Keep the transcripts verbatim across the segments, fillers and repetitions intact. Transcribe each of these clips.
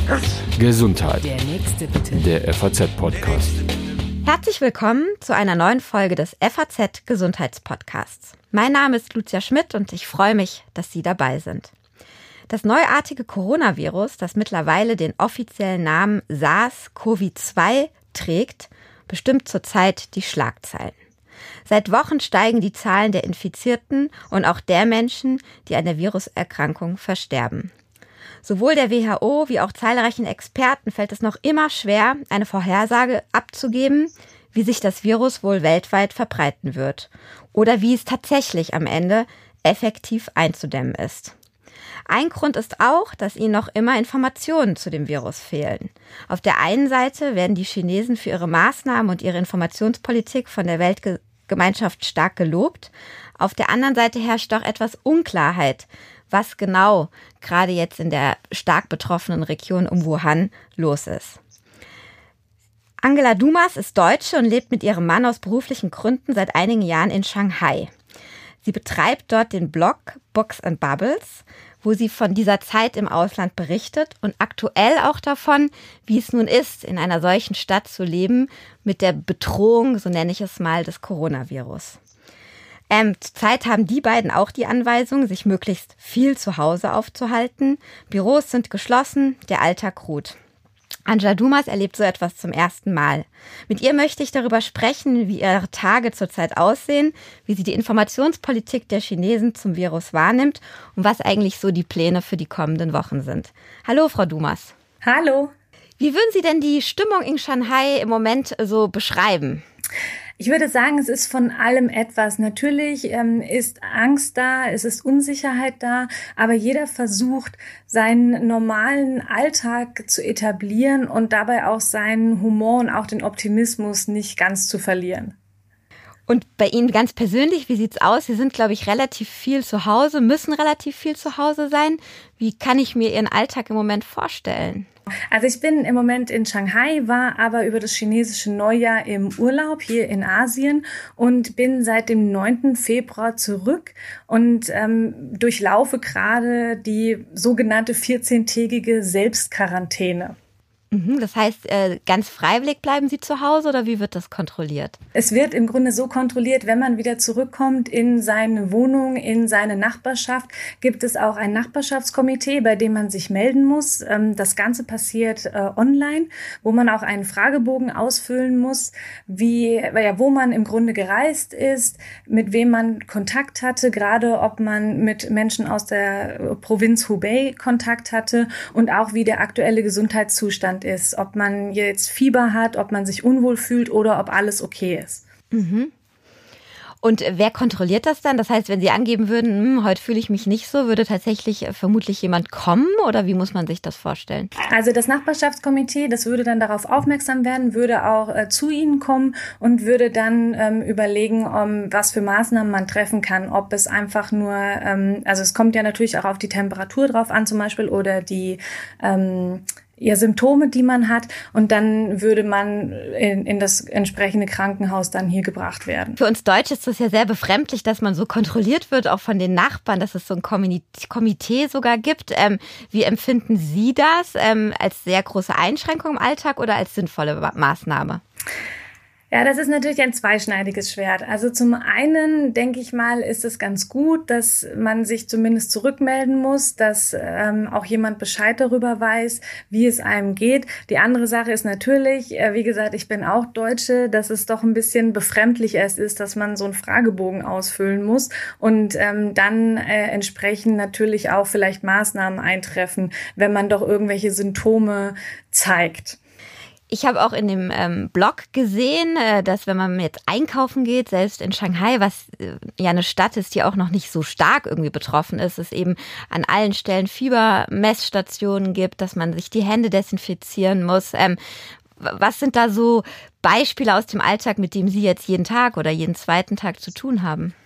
Gesundheit. Der nächste bitte. Der F A Z-Podcast. Herzlich willkommen zu einer neuen Folge des F A Z-Gesundheitspodcasts. Mein Name ist Lucia Schmidt und ich freue mich, dass Sie dabei sind. Das neuartige Coronavirus, das mittlerweile den offiziellen Namen SARS-C o V zwei trägt, bestimmt zurzeit die Schlagzeilen. Seit Wochen steigen die Zahlen der Infizierten und auch der Menschen, die an der Viruserkrankung versterben. Sowohl der W H O wie auch zahlreichen Experten fällt es noch immer schwer, eine Vorhersage abzugeben, wie sich das Virus wohl weltweit verbreiten wird oder wie es tatsächlich am Ende effektiv einzudämmen ist. Ein Grund ist auch, dass ihnen noch immer Informationen zu dem Virus fehlen. Auf der einen Seite werden die Chinesen für ihre Maßnahmen und ihre Informationspolitik von der Weltgemeinschaft stark gelobt. Auf der anderen Seite herrscht doch etwas Unklarheit, was genau gerade jetzt in der stark betroffenen Region um Wuhan los ist. Angela Dumas ist Deutsche und lebt mit ihrem Mann aus beruflichen Gründen seit einigen Jahren in Shanghai. Sie betreibt dort den Blog Books and Bubbles, wo sie von dieser Zeit im Ausland berichtet und aktuell auch davon, wie es nun ist, in einer solchen Stadt zu leben mit der Bedrohung, so nenne ich es mal, des Coronavirus. Ähm, zurzeit haben die beiden auch die Anweisung, sich möglichst viel zu Hause aufzuhalten. Büros sind geschlossen, der Alltag ruht. Angela Dumas erlebt so etwas zum ersten Mal. Mit ihr möchte ich darüber sprechen, wie ihre Tage zurzeit aussehen, wie sie die Informationspolitik der Chinesen zum Virus wahrnimmt und was eigentlich so die Pläne für die kommenden Wochen sind. Hallo, Frau Dumas. Hallo. Wie würden Sie denn die Stimmung in Shanghai im Moment so beschreiben? Ich würde sagen, es ist von allem etwas. Natürlich ähm, ist Angst da, es ist Unsicherheit da, aber jeder versucht, seinen normalen Alltag zu etablieren und dabei auch seinen Humor und auch den Optimismus nicht ganz zu verlieren. Und bei Ihnen ganz persönlich, wie sieht's aus? Sie sind, glaube ich, relativ viel zu Hause, müssen relativ viel zu Hause sein. Wie kann ich mir Ihren Alltag im Moment vorstellen? Also ich bin im Moment in Shanghai, war aber über das chinesische Neujahr im Urlaub hier in Asien und bin seit dem neunten Februar zurück und ähm, durchlaufe gerade die sogenannte vierzehntägige Selbstquarantäne. Das heißt, ganz freiwillig bleiben Sie zu Hause oder wie wird das kontrolliert? Es wird im Grunde so kontrolliert, wenn man wieder zurückkommt in seine Wohnung, in seine Nachbarschaft, gibt es auch ein Nachbarschaftskomitee, bei dem man sich melden muss. Das Ganze passiert äh, online, wo man auch einen Fragebogen ausfüllen muss, wie, ja, wo man im Grunde gereist ist, mit wem man Kontakt hatte, gerade ob man mit Menschen aus der Provinz Hubei Kontakt hatte und auch wie der aktuelle Gesundheitszustand ist, ob man jetzt Fieber hat, ob man sich unwohl fühlt oder ob alles okay ist. Mhm. Und wer kontrolliert das dann? Das heißt, wenn Sie angeben würden, hm, heute fühle ich mich nicht so, würde tatsächlich vermutlich jemand kommen oder wie muss man sich das vorstellen? Also das Nachbarschaftskomitee, das würde dann darauf aufmerksam werden, würde auch äh, zu Ihnen kommen und würde dann ähm, überlegen, um, was für Maßnahmen man treffen kann. Ob es einfach nur, ähm, also es kommt ja natürlich auch auf die Temperatur drauf an zum Beispiel oder die ähm, ja, Symptome, die man hat, und dann würde man in, in das entsprechende Krankenhaus dann hier gebracht werden. Für uns Deutsche ist das ja sehr befremdlich, dass man so kontrolliert wird, auch von den Nachbarn, dass es so ein Komitee sogar gibt. Ähm, wie empfinden Sie das? Ähm, als sehr große Einschränkung im Alltag oder als sinnvolle Maßnahme? Ja, das ist natürlich ein zweischneidiges Schwert. Also zum einen, denke ich mal, ist es ganz gut, dass man sich zumindest zurückmelden muss, dass ähm, auch jemand Bescheid darüber weiß, wie es einem geht. Die andere Sache ist natürlich, äh, wie gesagt, ich bin auch Deutsche, dass es doch ein bisschen befremdlich erst ist, dass man so einen Fragebogen ausfüllen muss und ähm, dann äh, entsprechend natürlich auch vielleicht Maßnahmen eintreffen, wenn man doch irgendwelche Symptome zeigt. Ich habe auch in dem ähm, Blog gesehen, äh, dass wenn man jetzt einkaufen geht, selbst in Shanghai, was äh, ja eine Stadt ist, die auch noch nicht so stark irgendwie betroffen ist, es eben an allen Stellen Fiebermessstationen gibt, dass man sich die Hände desinfizieren muss. Ähm, was sind da so Beispiele aus dem Alltag, mit dem Sie jetzt jeden Tag oder jeden zweiten Tag zu tun haben?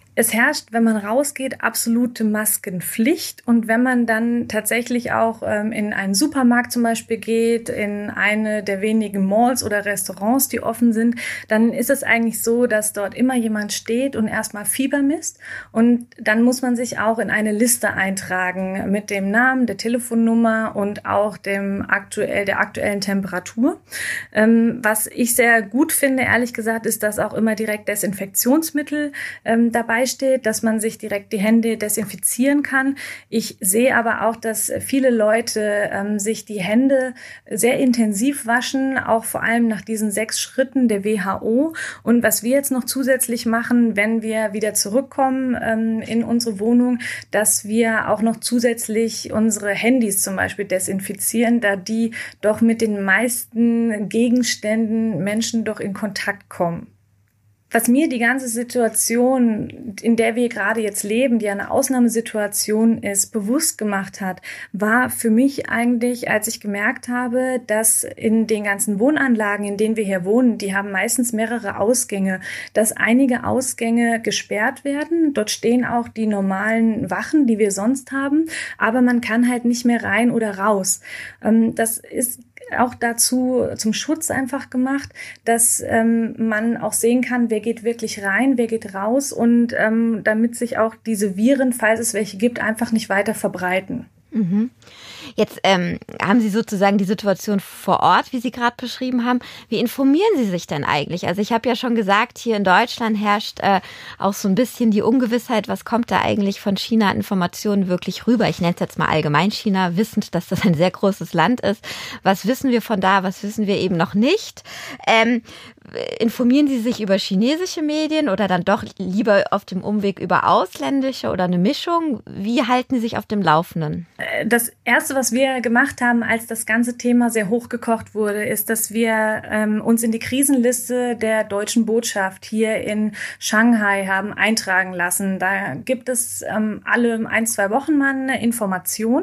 Es herrscht, wenn man rausgeht, absolute Maskenpflicht. Und wenn man dann tatsächlich auch ähm, in einen Supermarkt zum Beispiel geht, in eine der wenigen Malls oder Restaurants, die offen sind, dann ist es eigentlich so, dass dort immer jemand steht und erstmal Fieber misst. Und dann muss man sich auch in eine Liste eintragen mit dem Namen, der Telefonnummer und auch dem aktuell, der aktuellen Temperatur. Ähm, was ich sehr gut finde, ehrlich gesagt, ist, dass auch immer direkt Desinfektionsmittel ähm, dabei steht, dass man sich direkt die Hände desinfizieren kann. Ich sehe aber auch, dass viele Leute ähm, sich die Hände sehr intensiv waschen, auch vor allem nach diesen sechs Schritten der W H O. Und was wir jetzt noch zusätzlich machen, wenn wir wieder zurückkommen ähm, in unsere Wohnung, dass wir auch noch zusätzlich unsere Handys zum Beispiel desinfizieren, da die doch mit den meisten Gegenständen Menschen doch in Kontakt kommen. Was mir die ganze Situation, in der wir gerade jetzt leben, die eine Ausnahmesituation ist, bewusst gemacht hat, war für mich eigentlich, als ich gemerkt habe, dass in den ganzen Wohnanlagen, in denen wir hier wohnen, die haben meistens mehrere Ausgänge, dass einige Ausgänge gesperrt werden. Dort stehen auch die normalen Wachen, die wir sonst haben, aber man kann halt nicht mehr rein oder raus. Das ist auch dazu zum Schutz einfach gemacht, dass ähm, man auch sehen kann, wer geht wirklich rein, wer geht raus und ähm, damit sich auch diese Viren, falls es welche gibt, einfach nicht weiter verbreiten. Mhm. Jetzt ähm, haben Sie sozusagen die Situation vor Ort, wie Sie gerade beschrieben haben. Wie informieren Sie sich denn eigentlich? Also ich habe ja schon gesagt, hier in Deutschland herrscht äh, auch so ein bisschen die Ungewissheit, was kommt da eigentlich von China an Informationen wirklich rüber? Ich nenne es jetzt mal allgemein China, wissend, dass das ein sehr großes Land ist. Was wissen wir von da, was wissen wir eben noch nicht? Ähm, informieren Sie sich über chinesische Medien oder dann doch lieber auf dem Umweg über ausländische oder eine Mischung? Wie halten Sie sich auf dem Laufenden? Das Erste, was wir gemacht haben, als das ganze Thema sehr hochgekocht wurde, ist, dass wir ähm, uns in die Krisenliste der deutschen Botschaft hier in Shanghai haben eintragen lassen. Da gibt es ähm, alle ein, zwei Wochen mal eine Information.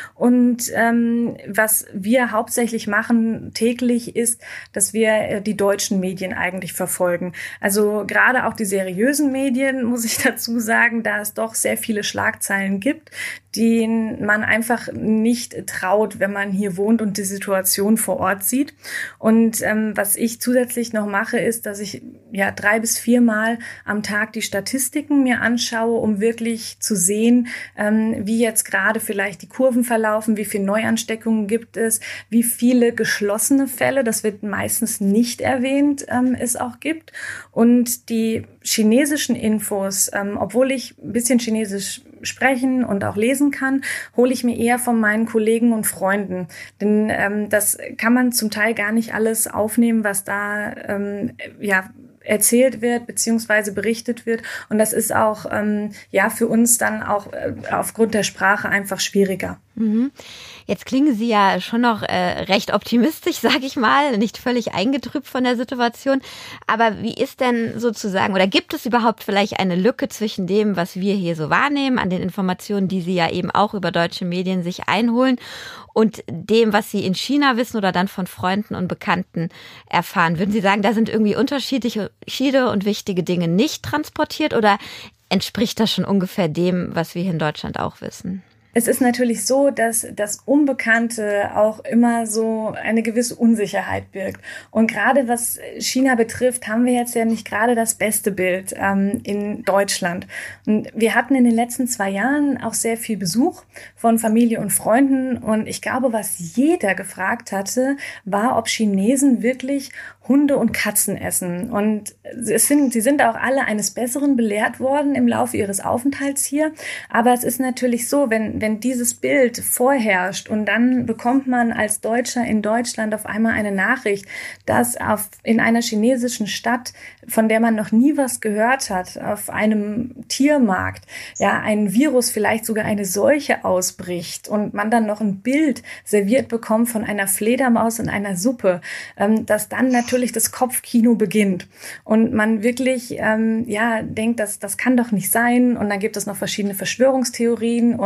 Und ähm, was wir hauptsächlich machen täglich ist, dass wir äh, die deutschen Medien eigentlich verfolgen. Also gerade auch die seriösen Medien, muss ich dazu sagen, da es doch sehr viele Schlagzeilen gibt, denen man einfach nicht traut, wenn man hier wohnt und die Situation vor Ort sieht. Und ähm, was ich zusätzlich noch mache, ist, dass ich ja drei bis viermal am Tag die Statistiken mir anschaue, um wirklich zu sehen, ähm, wie jetzt gerade vielleicht die Kurven verlaufen, wie viele Neuansteckungen gibt es, wie viele geschlossene Fälle, das wird meistens nicht erwähnt, ähm, es auch gibt. Und die chinesischen Infos, ähm, obwohl ich ein bisschen Chinesisch sprechen und auch lesen kann, hole ich mir eher von meinen Kollegen und Freunden. Denn ähm, das kann man zum Teil gar nicht alles aufnehmen, was da ähm, ja erzählt wird beziehungsweise berichtet wird. Und das ist auch ähm, ja für uns dann auch äh, aufgrund der Sprache einfach schwieriger. Mhm. Jetzt klingen Sie ja schon noch äh, recht optimistisch, sage ich mal, nicht völlig eingetrübt von der Situation. Aber wie ist denn sozusagen, oder gibt es überhaupt vielleicht eine Lücke zwischen dem, was wir hier so wahrnehmen, an den Informationen, die Sie ja eben auch über deutsche Medien sich einholen, und dem, was Sie in China wissen oder dann von Freunden und Bekannten erfahren? Würden Sie sagen, da sind irgendwie unterschiedliche und wichtige Dinge nicht transportiert, oder entspricht das schon ungefähr dem, was wir hier in Deutschland auch wissen? Es ist natürlich so, dass das Unbekannte auch immer so eine gewisse Unsicherheit birgt. Und gerade was China betrifft, haben wir jetzt ja nicht gerade das beste Bild ähm, in Deutschland. Und wir hatten in den letzten zwei Jahren auch sehr viel Besuch von Familie und Freunden. Und ich glaube, was jeder gefragt hatte, war, ob Chinesen wirklich Hunde und Katzen essen. Und es sind, sie sind auch alle eines Besseren belehrt worden im Laufe ihres Aufenthalts hier. Aber es ist natürlich so, wenn, wenn dieses Bild vorherrscht und dann bekommt man als Deutscher in Deutschland auf einmal eine Nachricht, dass auf, in einer chinesischen Stadt, von der man noch nie was gehört hat, auf einem Tiermarkt, ja, ein Virus, vielleicht sogar eine Seuche ausbricht und man dann noch ein Bild serviert bekommt von einer Fledermaus in einer Suppe, ähm, dass dann natürlich natürlich das Kopfkino beginnt und man wirklich ähm, ja denkt, dass das kann doch nicht sein, und dann gibt es noch verschiedene Verschwörungstheorien und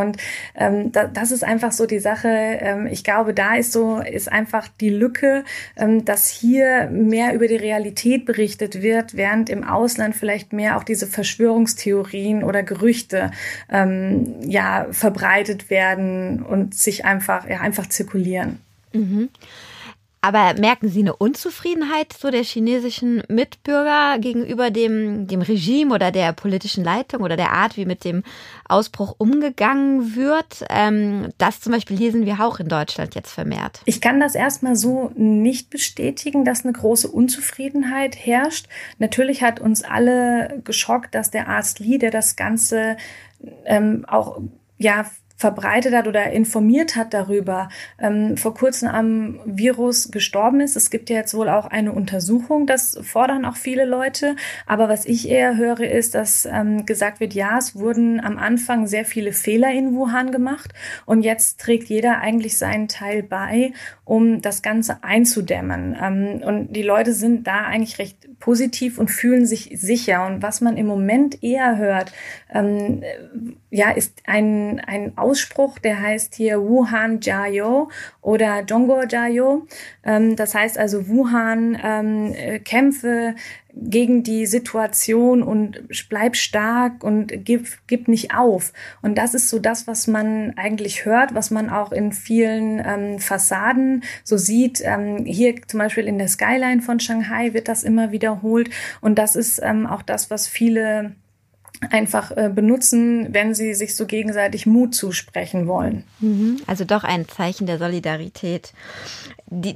ähm, da, das ist einfach so die Sache. Ähm, ich glaube, da ist so, ist einfach die Lücke, ähm, dass hier mehr über die Realität berichtet wird, während im Ausland vielleicht mehr auch diese Verschwörungstheorien oder Gerüchte ähm, ja verbreitet werden und sich einfach, ja, einfach zirkulieren. Mhm. Aber merken Sie eine Unzufriedenheit so der chinesischen Mitbürger gegenüber dem, dem Regime oder der politischen Leitung oder der Art, wie mit dem Ausbruch umgegangen wird? Ähm, das zum Beispiel lesen wir auch in Deutschland jetzt vermehrt. Ich kann das erstmal so nicht bestätigen, dass eine große Unzufriedenheit herrscht. Natürlich hat uns alle geschockt, dass der Arzt Li, der das Ganze ähm, auch ja verbreitet hat oder informiert hat darüber, ähm, vor kurzem am Virus gestorben ist. Es gibt ja jetzt wohl auch eine Untersuchung, das fordern auch viele Leute. Aber was ich eher höre, ist, dass ähm, gesagt wird, ja, es wurden am Anfang sehr viele Fehler in Wuhan gemacht und jetzt trägt jeder eigentlich seinen Teil bei, um das Ganze einzudämmen. Ähm, und die Leute sind da eigentlich recht positiv und fühlen sich sicher. Und was man im Moment eher hört, ähm, ja, ist ein, ein Ausspruch, der heißt hier Wuhan Jiao oder Zhongguo Jiao. Ähm, das heißt also Wuhan ähm, kämpfe gegen die Situation und bleib stark und gib, gib nicht auf. Und das ist so das, was man eigentlich hört, was man auch in vielen ähm, Fassaden so sieht. Ähm, hier zum Beispiel in der Skyline von Shanghai wird das immer wiederholt. Und das ist ähm, auch das, was viele einfach äh, benutzen, wenn sie sich so gegenseitig Mut zusprechen wollen. Also doch ein Zeichen der Solidarität. Die,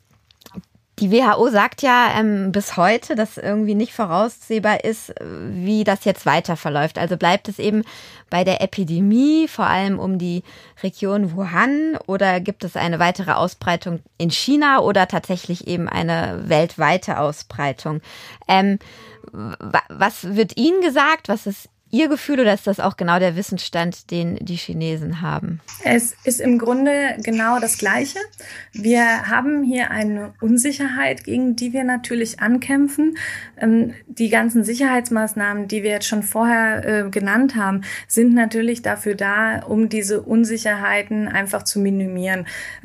die W H O sagt ja ähm, bis heute, dass irgendwie nicht voraussehbar ist, wie das jetzt weiter verläuft. Also bleibt es eben bei der Epidemie, vor allem um die Region Wuhan, oder gibt es eine weitere Ausbreitung in China oder tatsächlich eben eine weltweite Ausbreitung? Ähm, Was wird Ihnen gesagt? Was ist Ihr Gefühl oder ist das auch genau der Wissensstand, den die Chinesen haben? Es ist im Grunde genau das Gleiche. Wir haben hier eine Unsicherheit, gegen die wir natürlich ankämpfen. Die ganzen Sicherheitsmaßnahmen, die wir jetzt schon vorher genannt haben, sind natürlich dafür da, um diese Unsicherheiten einfach zu minimieren.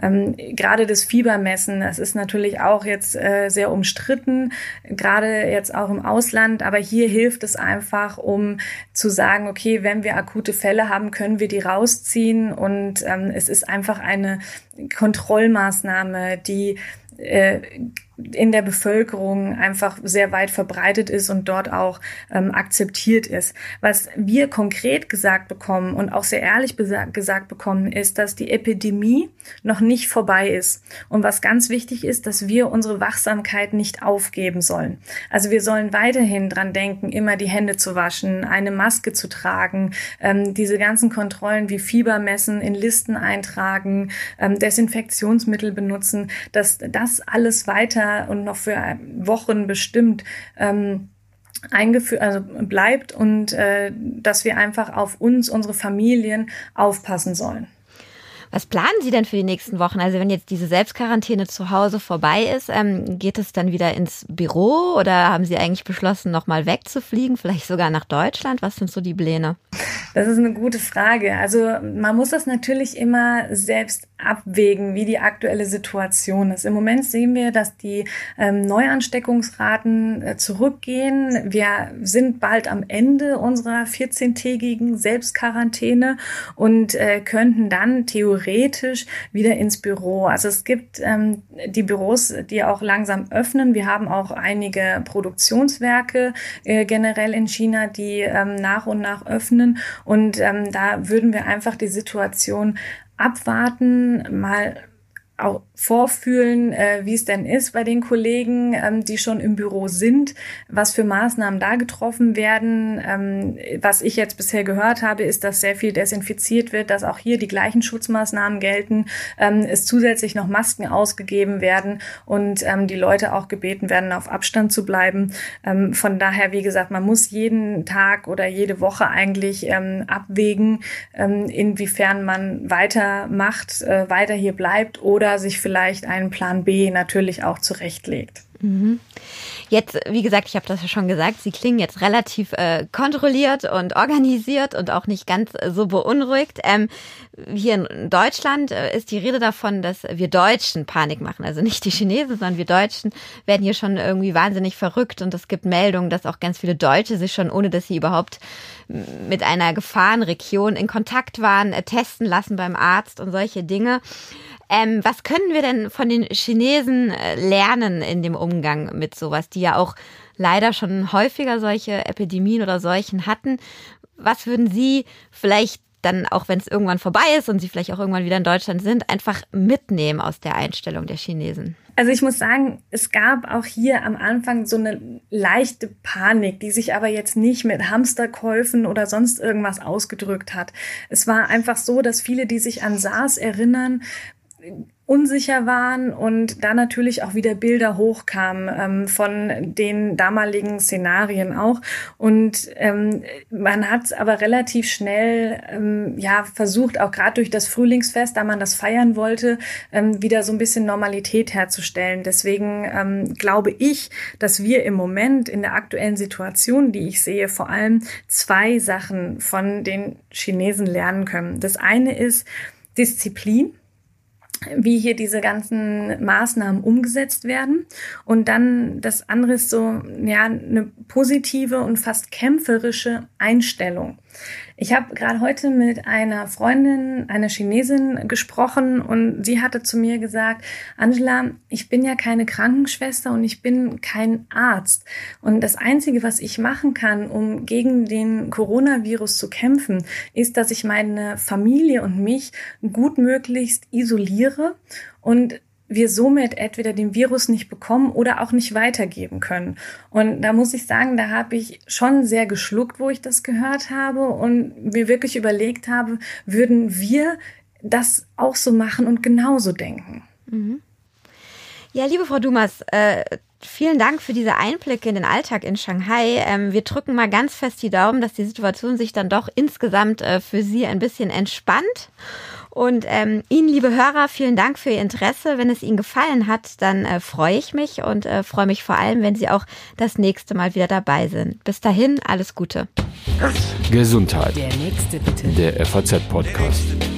Gerade das Fiebermessen, das ist natürlich auch jetzt sehr umstritten, gerade jetzt auch im Ausland. Aber hier hilft es einfach, um zu sagen, okay, wenn wir akute Fälle haben, können wir die rausziehen und ähm, es ist einfach eine Kontrollmaßnahme, die äh, in der Bevölkerung einfach sehr weit verbreitet ist und dort auch ähm, akzeptiert ist. Was wir konkret gesagt bekommen und auch sehr ehrlich besa- gesagt bekommen, ist, dass die Epidemie noch nicht vorbei ist. Und was ganz wichtig ist, dass wir unsere Wachsamkeit nicht aufgeben sollen. Also wir sollen weiterhin dran denken, immer die Hände zu waschen, eine Maske zu tragen, ähm, diese ganzen Kontrollen wie Fieber messen, in Listen eintragen, ähm, Desinfektionsmittel benutzen, dass das alles weiter und noch für Wochen bestimmt ähm, eingeführt, also bleibt und äh, dass wir einfach auf uns, unsere Familien aufpassen sollen. Was planen Sie denn für die nächsten Wochen? Also wenn jetzt diese Selbstquarantäne zu Hause vorbei ist, ähm, geht es dann wieder ins Büro oder haben Sie eigentlich beschlossen, nochmal wegzufliegen, vielleicht sogar nach Deutschland? Was sind so die Pläne? Das ist eine gute Frage. Also man muss das natürlich immer selbst abwägen, wie die aktuelle Situation ist. Im Moment sehen wir, dass die ähm, Neuansteckungsraten äh, zurückgehen. Wir sind bald am Ende unserer vierzehntägigen Selbstquarantäne und äh, könnten dann theoretisch wieder ins Büro. Also es gibt ähm, die Büros, die auch langsam öffnen. Wir haben auch einige Produktionswerke äh, generell in China, die ähm, nach und nach öffnen. Und ähm, da würden wir einfach die Situation abwarten, mal auch vorfühlen, äh, wie es denn ist bei den Kollegen, ähm, die schon im Büro sind, was für Maßnahmen da getroffen werden. Ähm, was ich jetzt bisher gehört habe, ist, dass sehr viel desinfiziert wird, dass auch hier die gleichen Schutzmaßnahmen gelten, ähm, es zusätzlich noch Masken ausgegeben werden und ähm, die Leute auch gebeten werden, auf Abstand zu bleiben. Ähm, von daher, wie gesagt, man muss jeden Tag oder jede Woche eigentlich ähm, abwägen, ähm, inwiefern man weitermacht, äh, weiter hier bleibt oder sich vielleicht einen Plan B natürlich auch zurechtlegt. Mhm. Jetzt, wie gesagt, ich habe das ja schon gesagt, Sie klingen jetzt relativ äh, kontrolliert und organisiert und auch nicht ganz äh, so beunruhigt. Ähm, hier in Deutschland äh, ist die Rede davon, dass wir Deutschen Panik machen. Also nicht die Chinesen, sondern wir Deutschen werden hier schon irgendwie wahnsinnig verrückt. Und es gibt Meldungen, dass auch ganz viele Deutsche sich schon, ohne dass sie überhaupt mit einer Gefahrenregion in Kontakt waren, äh, testen lassen beim Arzt und solche Dinge. Ähm, was können wir denn von den Chinesen äh, lernen in dem Umgang mit sowas, die ja auch leider schon häufiger solche Epidemien oder Seuchen hatten? Was würden Sie vielleicht dann, auch wenn es irgendwann vorbei ist und Sie vielleicht auch irgendwann wieder in Deutschland sind, einfach mitnehmen aus der Einstellung der Chinesen? Also ich muss sagen, es gab auch hier am Anfang so eine leichte Panik, die sich aber jetzt nicht mit Hamsterkäufen oder sonst irgendwas ausgedrückt hat. Es war einfach so, dass viele, die sich an SARS erinnern, unsicher waren und da natürlich auch wieder Bilder hochkamen ähm, von den damaligen Szenarien auch. Und ähm, man hat es aber relativ schnell ähm, ja versucht, auch gerade durch das Frühlingsfest, da man das feiern wollte, ähm, wieder so ein bisschen Normalität herzustellen. Deswegen ähm, glaube ich, dass wir im Moment in der aktuellen Situation, die ich sehe, vor allem zwei Sachen von den Chinesen lernen können. Das eine ist Disziplin, wie hier diese ganzen Maßnahmen umgesetzt werden. Und dann das andere ist so, ja, eine positive und fast kämpferische Einstellung. Ich habe gerade heute mit einer Freundin, einer Chinesin, gesprochen und sie hatte zu mir gesagt, Angela, ich bin ja keine Krankenschwester und ich bin kein Arzt. Und das Einzige, was ich machen kann, um gegen den Coronavirus zu kämpfen, ist, dass ich meine Familie und mich gut möglichst isoliere und wir somit entweder den Virus nicht bekommen oder auch nicht weitergeben können. Und da muss ich sagen, da habe ich schon sehr geschluckt, wo ich das gehört habe und mir wirklich überlegt habe, würden wir das auch so machen und genauso denken? Mhm. Ja, liebe Frau Dumas, äh, vielen Dank für diese Einblicke in den Alltag in Shanghai. Ähm, wir drücken mal ganz fest die Daumen, dass die Situation sich dann doch insgesamt äh, für Sie ein bisschen entspannt. Und ähm, Ihnen, liebe Hörer, vielen Dank für Ihr Interesse. Wenn es Ihnen gefallen hat, dann äh, freue ich mich und äh, freue mich vor allem, wenn Sie auch das nächste Mal wieder dabei sind. Bis dahin, alles Gute. Gesundheit. Der nächste bitte. Der F A Z-Podcast.